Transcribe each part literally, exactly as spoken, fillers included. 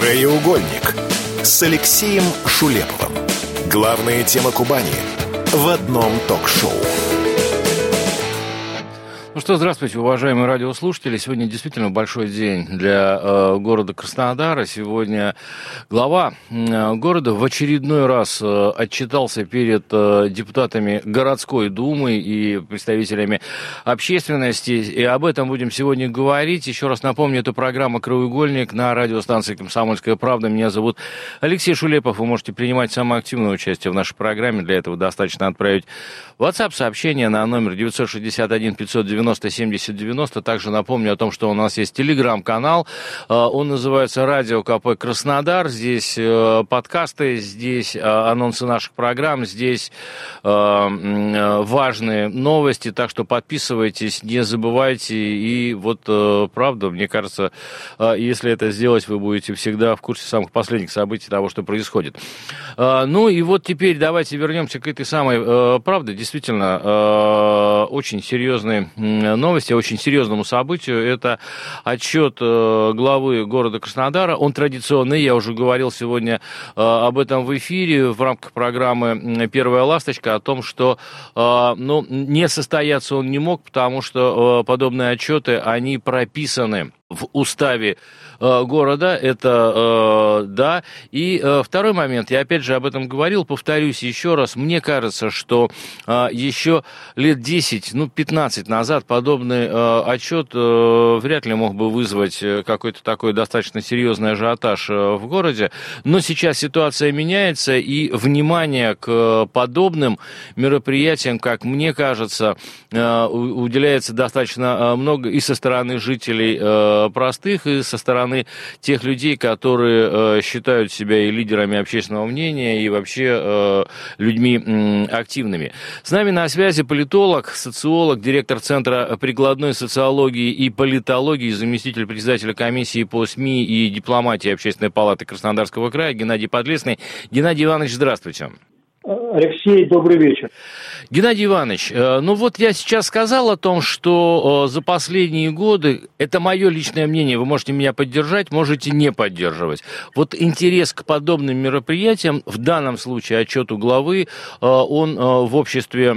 Краеугольник с Алексеем Шулеповым. Главные темы Кубани в одном ток-шоу. Ну что, здравствуйте, уважаемые радиослушатели. Сегодня действительно большой день для э, города Краснодара. Сегодня глава э, города в очередной раз э, отчитался перед э, депутатами городской думы и представителями общественности. И об этом будем сегодня говорить. Еще раз напомню, это программа «Краеугольник» на радиостанции «Комсомольская правда». Меня зовут Алексей Шулепов. Вы можете принимать самое активное участие в нашей программе. Для этого достаточно отправить WhatsApp-сообщение на номер девять шесть один пятьсот девяносто семьдесят девяносто. Также напомню о том, что у нас есть телеграм-канал. Он называется «Радио КП Краснодар». Здесь подкасты, здесь анонсы наших программ, здесь важные новости. Так что подписывайтесь, не забывайте. И вот, правда, мне кажется, если это сделать, вы будете всегда в курсе самых последних событий того, что происходит. Ну и вот теперь давайте вернемся к этой самой правде. Действительно, очень серьезные новости, очень серьезному событию. Это отчет главы города Краснодара. Он традиционный, я уже говорил сегодня об этом в эфире в рамках программы «Первая ласточка», о том, что ну, не состояться он не мог, потому что подобные отчеты, они прописаны в уставе э, города, это э, да. И э, второй момент, я опять же об этом говорил, повторюсь еще раз, мне кажется, что э, еще лет десять, ну пятнадцать назад подобный э, отчет э, вряд ли мог бы вызвать какой-то такой достаточно серьезный ажиотаж э, в городе, но сейчас ситуация меняется, и внимание к подобным мероприятиям, как мне кажется, э, уделяется достаточно много и со стороны жителей э, простых, и со стороны тех людей, которые э, считают себя и лидерами общественного мнения, и вообще э, людьми э, активными. С нами на связи политолог, социолог, директор Центра прикладной социологии и политологии, заместитель председателя комиссии по СМИ и дипломатии Общественной палаты Краснодарского края Геннадий Подлесный. Геннадий Иванович, здравствуйте. Алексей, добрый вечер. Геннадий Иванович, ну вот я сейчас сказал о том, что за последние годы, это мое личное мнение, вы можете меня поддержать, можете не поддерживать. Вот интерес к подобным мероприятиям, в данном случае отчету главы, он в обществе,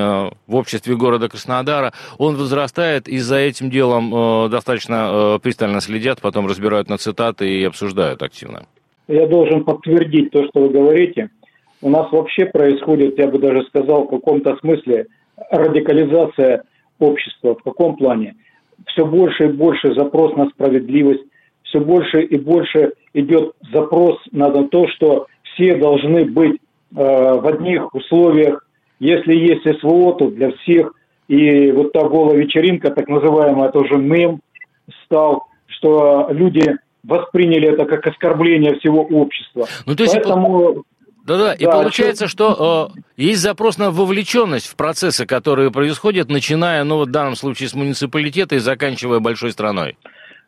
в обществе города Краснодара, он возрастает, и за этим делом достаточно пристально следят, потом разбирают на цитаты и обсуждают активно. Я должен подтвердить то, что вы говорите. У нас вообще происходит, я бы даже сказал, в каком-то смысле радикализация общества. В каком плане? Все больше и больше запрос на справедливость, все больше и больше идет запрос на то, что все должны быть э, в одних условиях. Если есть СВО, то для всех. И вот та голая вечеринка, так называемая, это уже мем стал, что люди восприняли это как оскорбление всего общества. Ну, то есть Поэтому... Да-да, и да, получается, что э, есть запрос на вовлеченность в процессы, которые происходят, начиная, ну, в данном случае с муниципалитета и заканчивая большой страной.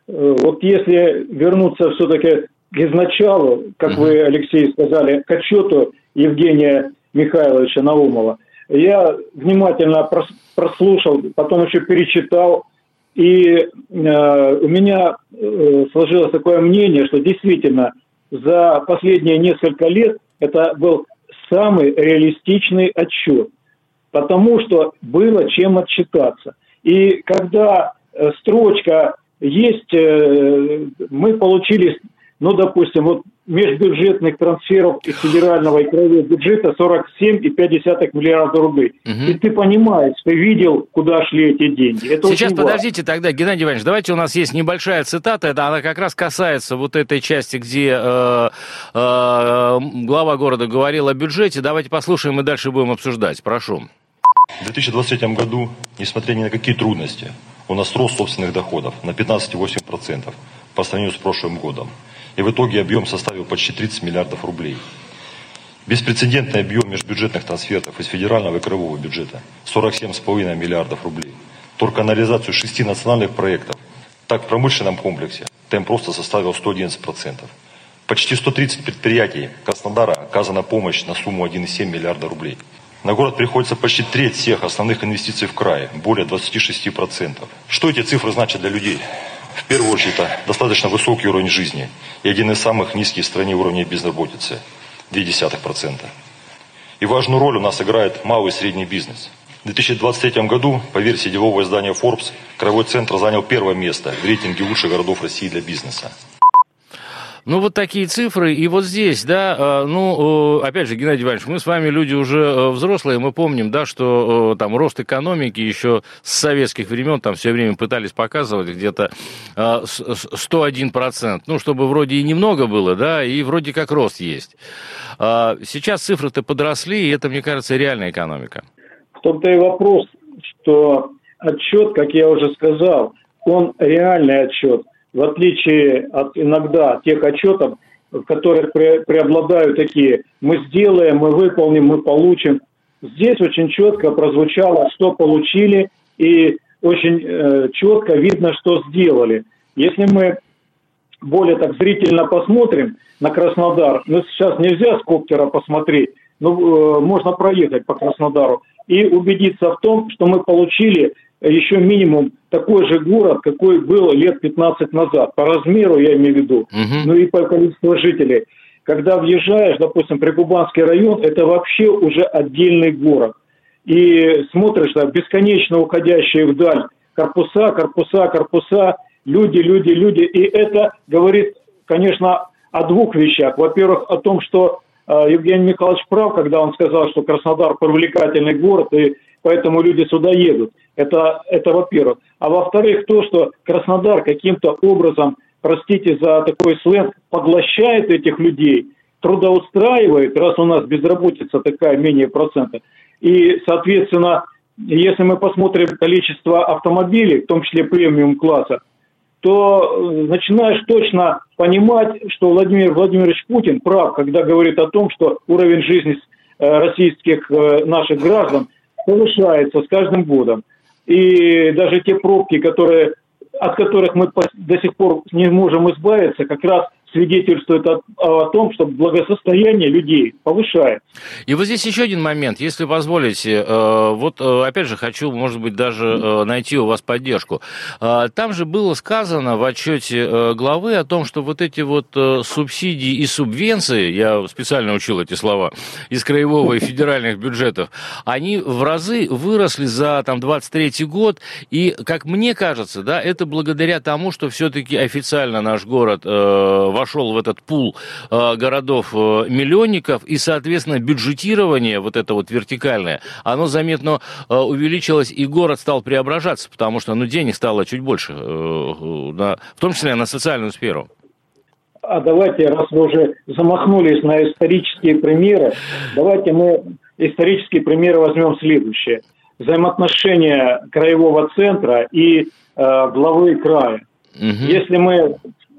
Вот если вернуться все-таки к изначалу, как uh-huh. вы, Алексей, сказали, к отчету Евгения Михайловича Наумова, я внимательно прослушал, потом еще перечитал, и э, у меня э, сложилось такое мнение, что действительно за последние несколько лет это был самый реалистичный отчет, потому что было чем отчитаться. И когда э, строчка есть, э, мы получили, ну, допустим, вот межбюджетных трансферов из федерального и краевого бюджета сорок семь и пять десятых миллиарда рублей. Угу. И ты понимаешь, ты видел, куда шли эти деньги. Это Сейчас подождите важно. Тогда, Геннадий Иванович, давайте, у нас есть небольшая цитата, это она как раз касается вот этой части, где э, э, глава города говорил о бюджете. Давайте послушаем и дальше будем обсуждать. Прошу. В две тысячи двадцать третьем году, несмотря ни на какие трудности, у нас рост собственных доходов на пятнадцать целых восемь десятых процента по сравнению с прошлым годом. И в итоге объем составил почти тридцать миллиардов рублей. Беспрецедентный объем межбюджетных трансфертов из федерального и краевого бюджета – сорок семь целых пять десятых миллиардов рублей. Только на реализацию шести национальных проектов, так в промышленном комплексе, темп роста составил сто одиннадцать процентов. Почти сто тридцать предприятий Краснодара оказана помощь на сумму один целых семь десятых миллиарда рублей. На город приходится почти треть всех основных инвестиций в крае, более двадцать шесть процентов. Что эти цифры значат для людей? В первую очередь, это достаточно высокий уровень жизни и один из самых низких в стране уровней безработицы – ноль целых две десятых процента. И важную роль у нас играет малый и средний бизнес. В две тысячи двадцать третьем году, по версии делового издания Forbes, Краевой центр занял первое место в рейтинге лучших городов России для бизнеса. Ну, вот такие цифры. И вот здесь, да, ну, опять же, Геннадий Иванович, мы с вами люди уже взрослые, мы помним, да, что там рост экономики еще с советских времен, там все время пытались показывать где-то сто один процент. Ну, чтобы вроде и немного было, да, и вроде как рост есть. Сейчас цифры-то подросли, и это, мне кажется, реальная экономика. В том-то и вопрос, что отчет, как я уже сказал, он реальный отчет. В отличие от иногда тех отчетов, в которых пре- преобладают такие «мы сделаем, мы выполним, мы получим». Здесь очень четко прозвучало, что получили, и очень э, четко видно, что сделали. Если мы более так зрительно посмотрим на Краснодар, ну сейчас нельзя с коптера посмотреть, но э, можно проехать по Краснодару и убедиться в том, что мы получили еще минимум такой же город, какой был лет пятнадцать назад. По размеру, я имею в виду, uh-huh. ну и по количеству жителей. Когда въезжаешь, допустим, Прикубанский район, это вообще уже отдельный город. И смотришь, да, бесконечно уходящие вдаль корпуса, корпуса, корпуса, люди, люди, люди. И это говорит, конечно, о двух вещах. Во-первых, о том, что э, Евгений Михайлович прав, когда он сказал, что Краснодар привлекательный город, и поэтому люди сюда едут. Это, это во-первых. А во-вторых, то, что Краснодар каким-то образом, простите за такой сленг, поглощает этих людей, трудоустраивает, раз у нас безработица такая, менее процента. И, соответственно, если мы посмотрим количество автомобилей, в том числе премиум-класса, то начинаешь точно понимать, что Владимир Владимирович Путин прав, когда говорит о том, что уровень жизни российских наших граждан повышается с каждым годом. И даже те пробки, которые, от которых мы до сих пор не можем избавиться, как раз свидетельствует о, о том, что благосостояние людей повышает. И вот здесь еще один момент, если позволите. Э, вот, э, опять же, хочу, может быть, даже э, найти у вас поддержку. Э, там же было сказано в отчете э, главы о том, что вот эти вот э, субсидии и субвенции, я специально учил эти слова, из краевого и федеральных бюджетов, они в разы выросли за там двадцать третий год. И, как мне кажется, да, это благодаря тому, что все-таки официально наш город э, вошел в этот пул э, городов-миллионников, и, соответственно, бюджетирование, вот это вот вертикальное, оно заметно э, увеличилось, и город стал преображаться, потому что, ну, денег стало чуть больше, э, на, в том числе на социальную сферу. А давайте, раз вы уже замахнулись на исторические примеры, давайте мы исторические примеры возьмем следующие. Взаимоотношения краевого центра и э, главы края. Угу. Если мы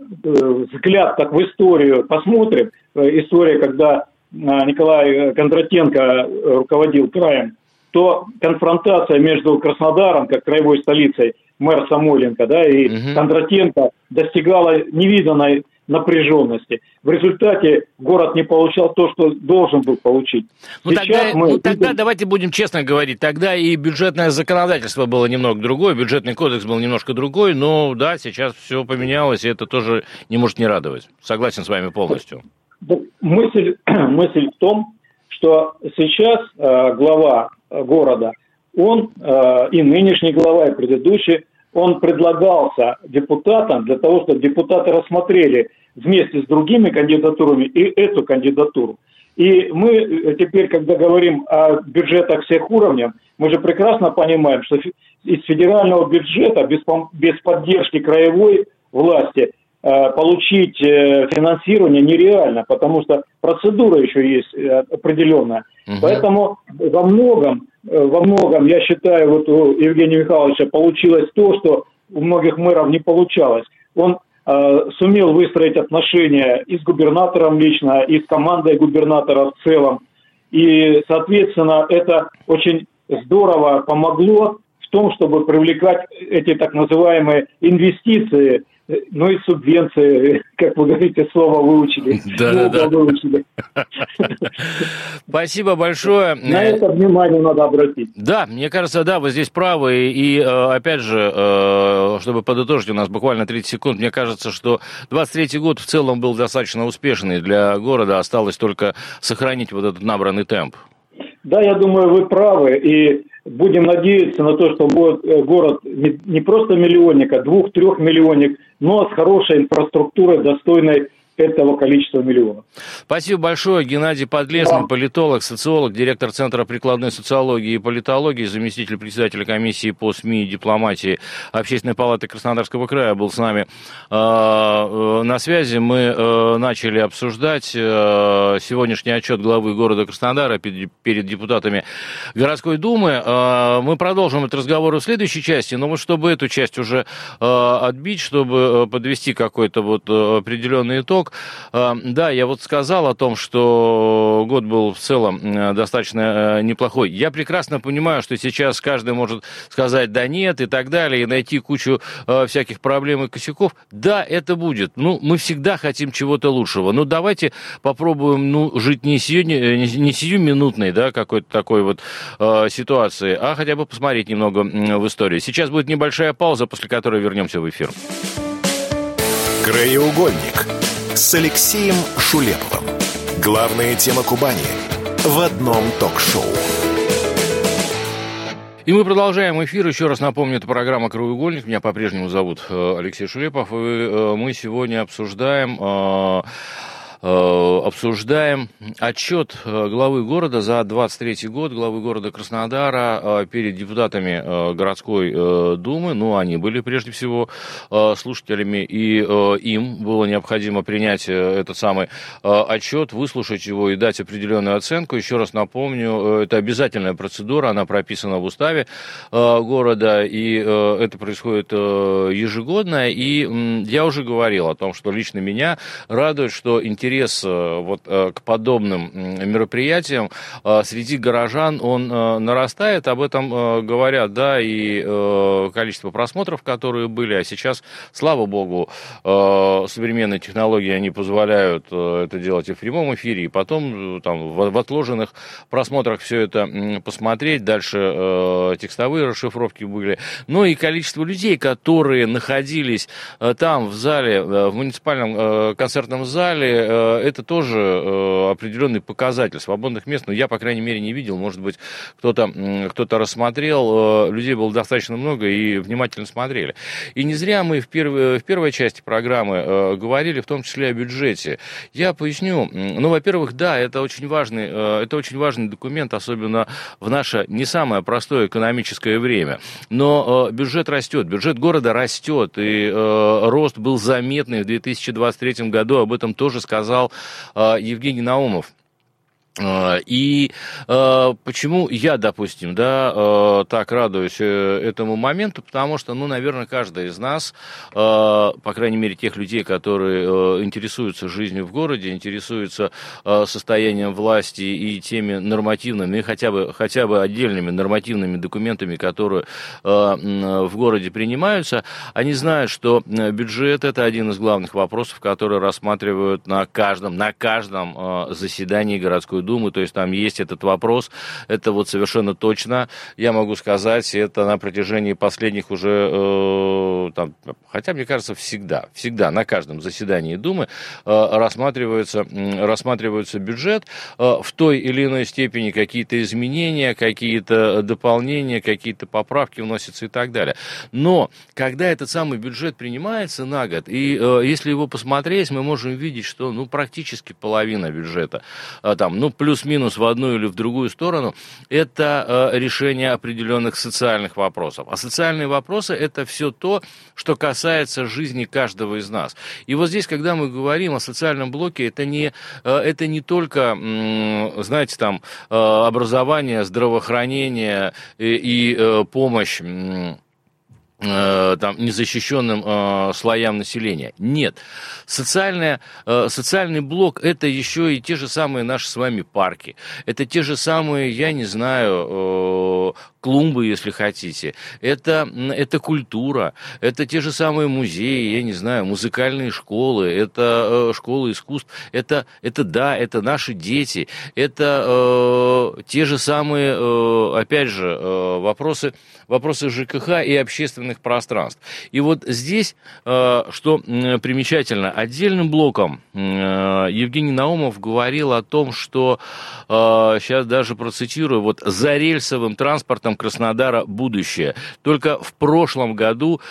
взгляд так в историю посмотрим, история, когда Николай Кондратенко руководил краем, то конфронтация между Краснодаром, как краевой столицей, мэр Самойленко, да, и угу. Кондратенко достигала невиданной напряженности. В результате город не получал то, что должен был получить. Ну, тогда, мы... ну тогда давайте будем честно говорить, тогда и бюджетное законодательство было немного другое, бюджетный кодекс был немножко другой, но да, сейчас все поменялось, и это тоже не может не радовать. Согласен с вами полностью. Мысль, мысль в том, что сейчас э, глава города, он э, и нынешний глава, и предыдущий, он предлагался депутатам для того, чтобы депутаты рассмотрели вместе с другими кандидатурами и эту кандидатуру. И мы теперь, когда говорим о бюджетах всех уровней, мы же прекрасно понимаем, что из федерального бюджета без, без поддержки краевой власти э, получить э, финансирование нереально, потому что процедура еще есть э, определенная. Угу. Поэтому во многом, э, во многом, я считаю, вот у Евгения Михайловича получилось то, что у многих мэров не получалось. Он сумел выстроить отношения и с губернатором лично, и с командой губернатора в целом. И, соответственно, это очень здорово помогло в том, чтобы привлекать эти так называемые инвестиции ну и субвенции, как вы говорите, слово выучили. Да, да, выучили. Спасибо большое. На это внимание надо обратить. Да, мне кажется, да, вы здесь правы. И, опять же, чтобы подытожить, у нас буквально тридцать секунд, мне кажется, что двадцать третий год в целом был достаточно успешный для города. Осталось только сохранить вот этот набранный темп. Да, я думаю, вы правы. И будем надеяться на то, что будет город не просто миллионник, а двух-трехмиллионник, но с хорошей инфраструктурой, достойной этого количества миллионов. Спасибо большое. Геннадий Подлесный, да. Политолог, социолог, директор Центра прикладной социологии и политологии, заместитель председателя комиссии по СМИ и дипломатии Общественной палаты Краснодарского края был с нами э, на связи. Мы э, начали обсуждать э, сегодняшний отчет главы города Краснодара перед, перед депутатами городской думы. Э, мы продолжим этот разговор в следующей части, но вот чтобы эту часть уже э, отбить, чтобы подвести какой-то вот определенный итог. Да, я вот сказал о том, что год был в целом достаточно неплохой. Я прекрасно понимаю, что сейчас каждый может сказать «да нет» и так далее, и найти кучу всяких проблем и косяков. Да, это будет. Ну, мы всегда хотим чего-то лучшего. Но давайте попробуем, ну, жить не, сию, не, не сиюминутной, да, какой-то такой вот э, ситуации, а хотя бы посмотреть немного в историю. Сейчас будет небольшая пауза, после которой вернемся в эфир. Краеугольник с Алексеем Шулеповым. Главная тема Кубани в одном ток-шоу. И мы продолжаем эфир. Еще раз напомню, это программа «Краеугольник». Меня по-прежнему зовут Алексей Шулепов. И мы сегодня обсуждаем... Обсуждаем отчет главы города за двадцать третий год, главы города Краснодара перед депутатами городской думы. Ну, они были прежде всего слушателями, и им было необходимо принять этот самый отчет, выслушать его и дать определенную оценку. Еще раз напомню, это обязательная процедура, она прописана в уставе города, и это происходит ежегодно. И я уже говорил о том, что лично меня радует, что интерес Интерес вот к подобным мероприятиям среди горожан, он нарастает, об этом говорят, да, и количество просмотров, которые были, а сейчас, слава богу, современные технологии, они позволяют это делать и в прямом эфире, и потом там в отложенных просмотрах все это посмотреть, дальше текстовые расшифровки были, ну и количество людей, которые находились там в зале, в муниципальном концертном зале, это тоже э, определенный показатель свободных мест, но я, по крайней мере, не видел, может быть, кто-то, кто-то рассмотрел, э, людей было достаточно много и внимательно смотрели. И не зря мы в, перв... в первой части программы э, говорили в том числе о бюджете. Я поясню, ну, во-первых, да, это очень важный, э, это очень важный документ, особенно в наше не самое простое экономическое время, но э, бюджет растет, бюджет города растет, и э, рост был заметный в две тысячи двадцать третьем году, об этом тоже сказал сказал э, Евгений Наумов. И э, почему я, допустим, да, э, так радуюсь этому моменту, потому что, ну, наверное, каждый из нас, э, по крайней мере, тех людей, которые э, интересуются жизнью в городе, интересуются э, состоянием власти и теми нормативными, хотя бы, хотя бы отдельными нормативными документами, которые э, в городе принимаются, они знают, что бюджет – это один из главных вопросов, которые рассматривают на каждом, на каждом э, заседании городской думы. Думы, то есть там есть этот вопрос, это вот совершенно точно, я могу сказать, это на протяжении последних уже, э, там, хотя, мне кажется, всегда, всегда на каждом заседании Думы э, рассматривается, э, рассматривается бюджет, э, в той или иной степени какие-то изменения, какие-то дополнения, какие-то поправки вносятся и так далее. Но когда этот самый бюджет принимается на год, и э, если его посмотреть, мы можем видеть, что, ну, практически половина бюджета, э, там, ну, плюс-минус в одну или в другую сторону, это э, решение определенных социальных вопросов. А социальные вопросы – это все то, что касается жизни каждого из нас. И вот здесь, когда мы говорим о социальном блоке, это не, э, это не только, э, знаете, там, э, образование, здравоохранение и, и э, помощь, э, там, незащищенным э, слоям населения. Нет. Социальная, э, социальный блок – это еще и те же самые наши с вами парки. Это те же самые, я не знаю, э, клумбы, если хотите. Это, это культура. Это те же самые музеи, я не знаю, музыкальные школы. Это э, школы искусств. Это, это, да, это наши дети. Это э, те же самые, э, опять же, э, вопросы, вопросы ЖКХ и общественных пространств. И вот здесь, что примечательно, отдельным блоком Евгений Наумов говорил о том, что, сейчас даже процитирую, вот за рельсовым транспортом Краснодара будущее. Только в прошлом году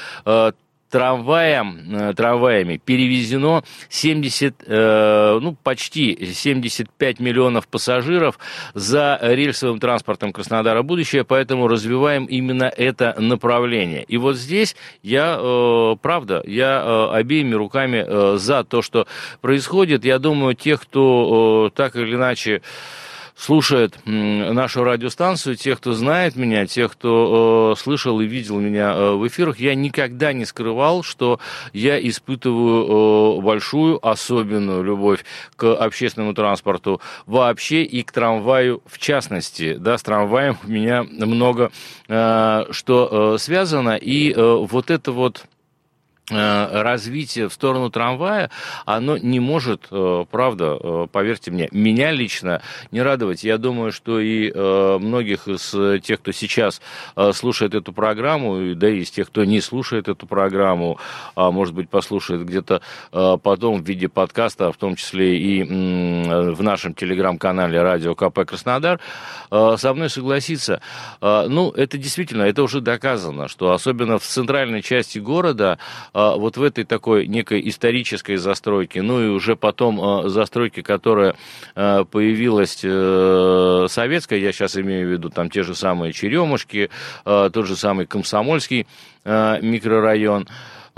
Трамваем, трамваями перевезено семьдесят, ну, почти семьдесят пять миллионов пассажиров за рельсовым транспортом Краснодара будущее, поэтому развиваем именно это направление. И вот здесь я, правда, я обеими руками за то, что происходит. Я думаю, тех, кто так или иначе слушает нашу радиостанцию, тех, кто знает меня, тех, кто э, слышал и видел меня э, в эфирах, я никогда не скрывал, что я испытываю э, большую, особенную любовь к общественному транспорту вообще и к трамваю в частности. Да, с трамваем у меня много э, что э, связано, и э, вот это вот развитие в сторону трамвая, оно не может, правда, поверьте мне, меня лично не радовать. Я думаю, что и многих из тех, кто сейчас слушает эту программу, да и из тех, кто не слушает эту программу, а может быть, послушает где-то потом в виде подкаста, в том числе и в нашем телеграм-канале «Радио КП Краснодар», со мной согласится. Ну, это действительно, это уже доказано, что особенно в центральной части города вот в этой такой некой исторической застройке, ну и уже потом застройке, которая появилась советская, я сейчас имею в виду там те же самые Черемушки, тот же самый Комсомольский микрорайон,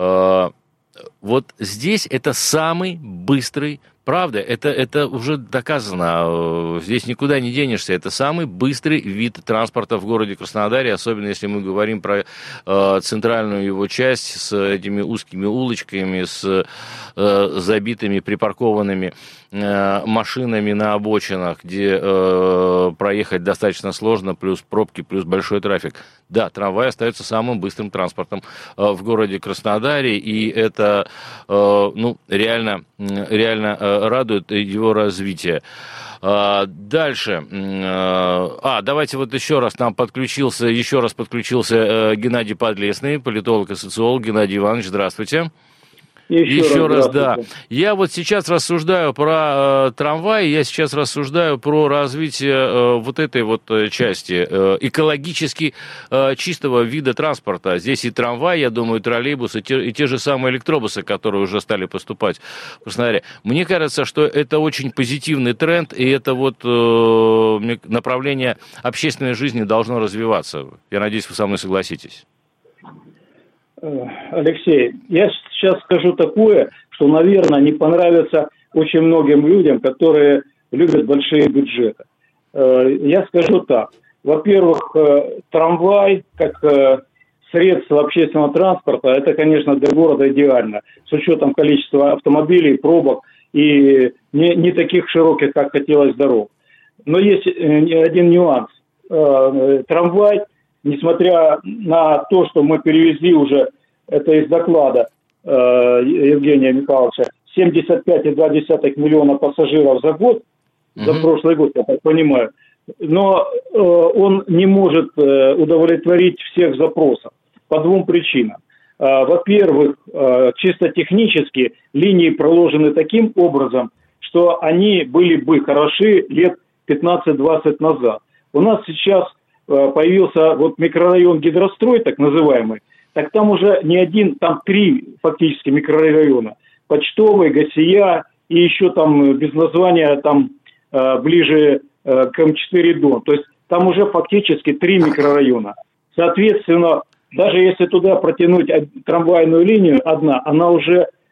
вот здесь это самый быстрый, правда, это, это уже доказано, здесь никуда не денешься, это самый быстрый вид транспорта в городе Краснодаре, особенно если мы говорим про э, центральную его часть с этими узкими улочками, с э, забитыми, припаркованными э, машинами на обочинах, где э, проехать достаточно сложно, плюс пробки, плюс большой трафик. Да, трамвай остается самым быстрым транспортом э, в городе Краснодаре, и это э, ну, реально, реально э, радует его развитие. Дальше. А, давайте вот еще раз нам подключился, еще раз подключился Геннадий Подлесный, политолог и социолог. Геннадий Иванович, здравствуйте. Еще, Еще раз, раз да. Я вот сейчас рассуждаю про э, трамвай, я сейчас рассуждаю про развитие э, вот этой вот части э, экологически э, чистого вида транспорта. Здесь и трамвай, я думаю, и троллейбусы, и те, и те же самые электробусы, которые уже стали поступать в Краснодаре. Мне кажется, что это очень позитивный тренд, и это вот э, направление общественной жизни должно развиваться. Я надеюсь, вы со мной согласитесь. Алексей, я сейчас скажу такое, что, наверное, не понравится очень многим людям, которые любят большие бюджеты. Я скажу так. Во-первых, трамвай как средство общественного транспорта, это, конечно, для города идеально, с учетом количества автомобилей, пробок и не, не таких широких, как хотелось, дорог. Но есть один нюанс. Трамвай, несмотря на то, что мы перевезли уже, это из доклада э, Евгения Михайловича, семьдесят пять целых два десятых миллиона пассажиров за год, mm-hmm. за прошлый год, я так понимаю, но э, он не может э, удовлетворить всех запросов по двум причинам. Э, во-первых, э, чисто технически линии проложены таким образом, что они были бы хороши лет пятнадцать-двадцать назад. У нас сейчас появился вот микрорайон Гидрострой, так называемый, так там уже не один, там три фактически микрорайона. Почтовый, Гасия и еще там без названия там ближе к эм четыре Дон. То есть там уже фактически три микрорайона. Соответственно, даже если туда протянуть трамвайную линию одна, она уже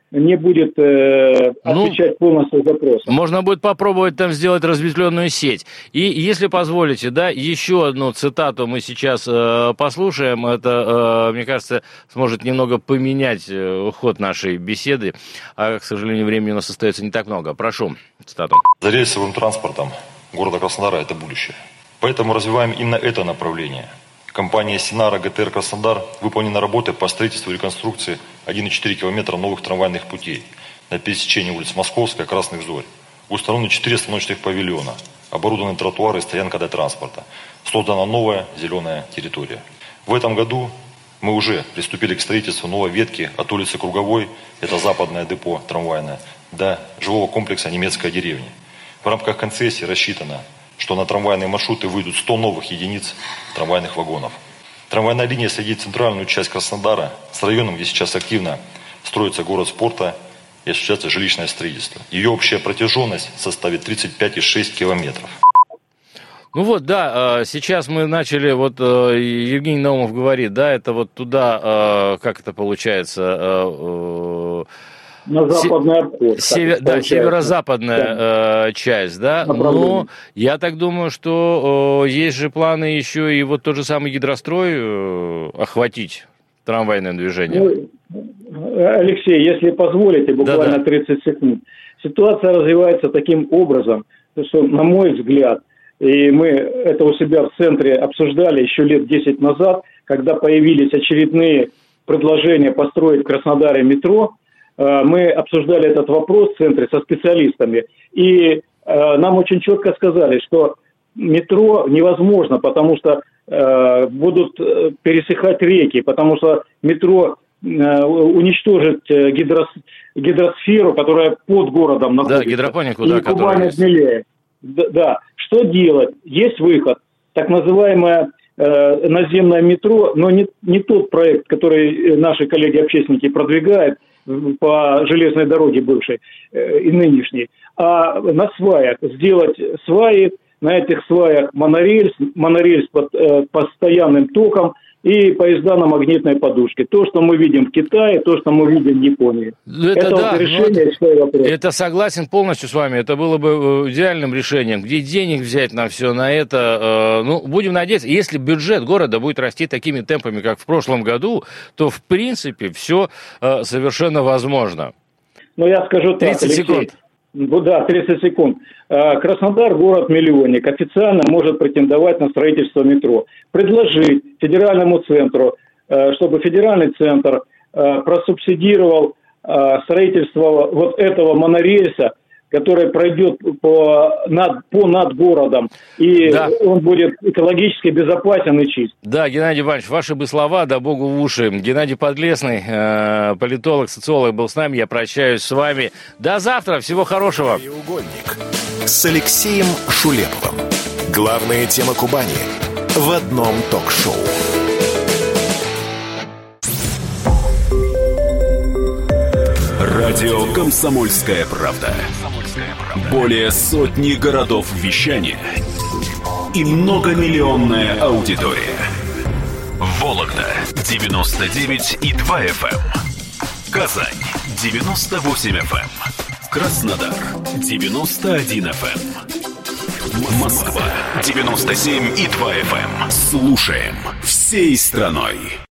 не будет э, отвечать ну, полностью запросам. Можно будет попробовать там сделать разветвленную сеть. И, если позволите, да, еще одну цитату мы сейчас э, послушаем. Это, э, мне кажется, сможет немного поменять э, ход нашей беседы. А, к сожалению, времени у нас остается не так много. Прошу, цитату. За рельсовым транспортом города Краснодара – это будущее. Поэтому развиваем именно это направление. Компания «Синара ГТР Краснодар» выполнена работы по строительству и реконструкции один и четыре километра новых трамвайных путей на пересечении улиц Московская, Красных Зорь. Установлены четыре остановочных павильона, оборудованы тротуары и стоянка для транспорта. Создана новая зеленая территория. В этом году мы уже приступили к строительству новой ветки от улицы Круговой, это западное депо трамвайное, до жилого комплекса «Немецкая деревня». В рамках концессии рассчитано, что на трамвайные маршруты выйдут сто новых единиц трамвайных вагонов. Трамвайная линия соединит центральную часть Краснодара с районом, где сейчас активно строится город спорта и осуществляется жилищное строительство. Ее общая протяженность составит тридцать пять и шесть десятых километров. Ну вот, да, сейчас мы начали, вот Евгений Наумов говорит, да, это вот туда, как это получается... На западный обход. Север, да, северо-западная да. Э, часть, да. Но я так думаю, что э, есть же планы еще и вот тот же самый гидрострой э, охватить трамвайное движение. Ну, Алексей, если позволите, буквально да, да. тридцать секунд. Ситуация развивается таким образом, что, на мой взгляд, и мы это у себя в центре обсуждали еще лет десять назад, когда появились очередные предложения построить в Краснодаре метро, мы обсуждали этот вопрос в центре со специалистами, и э, нам очень четко сказали, что метро невозможно, потому что э, будут пересыхать реки, потому что метро э, уничтожит гидрос, гидросферу, которая под городом находится. Да, гидропонику, да, которая есть. Да, да. Что делать? Есть выход. Так называемое э, наземное метро, но не, не тот проект, который наши коллеги-общественники продвигают, по железной дороге бывшей э, и нынешней, а на сваях сделать сваи, на этих сваях монорельс, монорельс под э, постоянным током и поезда на магнитной подушке. То, что мы видим в Китае, то, что мы видим в Японии. Это, это да, вот решение, что я вопрос. Это согласен полностью с вами. Это было бы идеальным решением. Где денег взять на все на это? Ну, будем надеяться, если бюджет города будет расти такими темпами, как в прошлом году, то, в принципе, все совершенно возможно. Ну, я скажу так, тридцать Алексей. Секунд. Ну да, тридцать секунд. Краснодар, город-миллионник, официально может претендовать на строительство метро. Предложить федеральному центру, чтобы федеральный центр просубсидировал строительство вот этого монорельса, который пройдет по над, по над городом, и да. он будет экологически безопасен и чист. Да, Геннадий Иванович, ваши бы слова, да богу в уши. Геннадий Подлесный, э, политолог, социолог, был с нами. Я прощаюсь с вами. До завтра. Всего хорошего. Треугольник с Алексеем Шулеповым. Главные темы Кубани в одном ток-шоу. Радио «Комсомольская правда». Более сотни городов вещания и многомиллионная аудитория. Вологда девяносто девять и два эф эм, Казань девяносто восемь эф эм, Краснодар девяносто один эф эм, Москва девяносто семь и два эф эм. Слушаем всей страной.